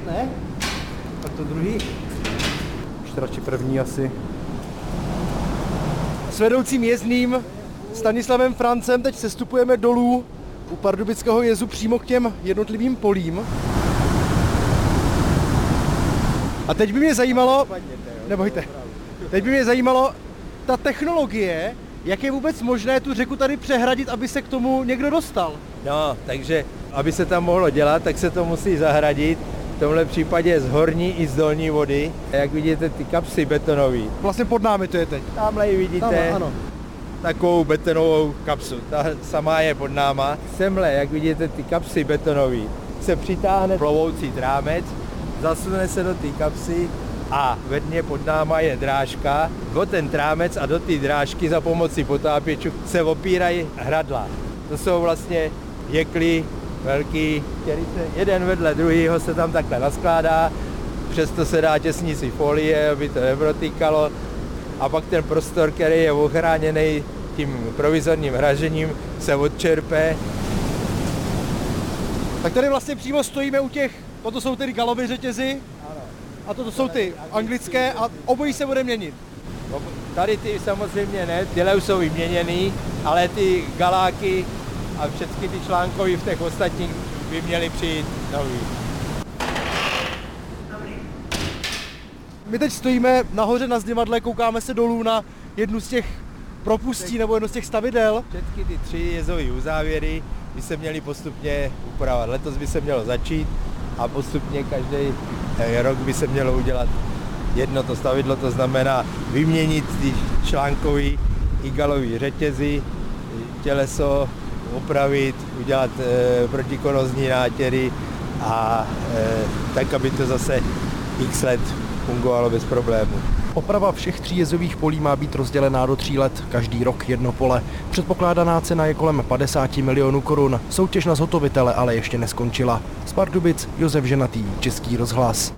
Ne? Tak to druhý. Ještě radši první asi. S vedoucím jezdným Stanislavem Francem teď sestupujeme dolů u Pardubického jezu přímo k těm jednotlivým polím. A teď by mě zajímalo, nebojte, teď by mě zajímalo ta technologie, jak je vůbec možné tu řeku tady přehradit, aby se k tomu někdo dostal. No, takže aby se tam mohlo dělat, tak se to musí zahradit. V tomhle případě z horní i z dolní vody. Jak vidíte ty kapsy betonové. Vlastně pod námi to je teď. Tamhle ji vidíte. Tamhle, ano. Takovou betonovou kapsu. Ta samá je pod náma. Semhle, jak vidíte ty kapsy betonové, se přitáhne plovoucí trámec, zasune se do té kapsy a ve dně pod náma je drážka. O ten trámec a do té drážky za pomocí potápěčů se opírají hradla. To jsou vlastně jekly velký, který se jeden vedle druhého se tam takhle naskládá, přesto se dá těsnící folie, aby to neprotýkalo, a pak ten prostor, který je ochráněný tím provizorním hražením, se odčerpe. Tak tady vlastně přímo stojíme u těch, toto jsou tedy galovy řetězy, ano. A toto jsou ty anglické a obojí se bude měnit. Tady ty samozřejmě ne, tyhle už jsou vyměněný, ale ty galáky a všechny ty článkový v těch ostatních by měly přijít nový. My teď stojíme nahoře na Zdivadle, koukáme se dolů na jednu z těch propustí nebo jedno z těch stavidel. Všechny ty 3 jezové uzávěry by se měly postupně upravovat. Letos by se mělo začít a postupně každý rok by se mělo udělat jedno to stavidlo, to znamená vyměnit ty článkový igalový řetězy, těleso, opravit, udělat protikonozní nátěry a tak, aby to zase x let fungovalo bez problémů. Oprava všech 3 jezových polí má být rozdělená do 3 let, každý rok jedno pole. Předpokládaná cena je kolem 50 milionů korun. Soutěž na zhotovitele ale ještě neskončila. Z Pardubic Josef Ženatý, Český rozhlas.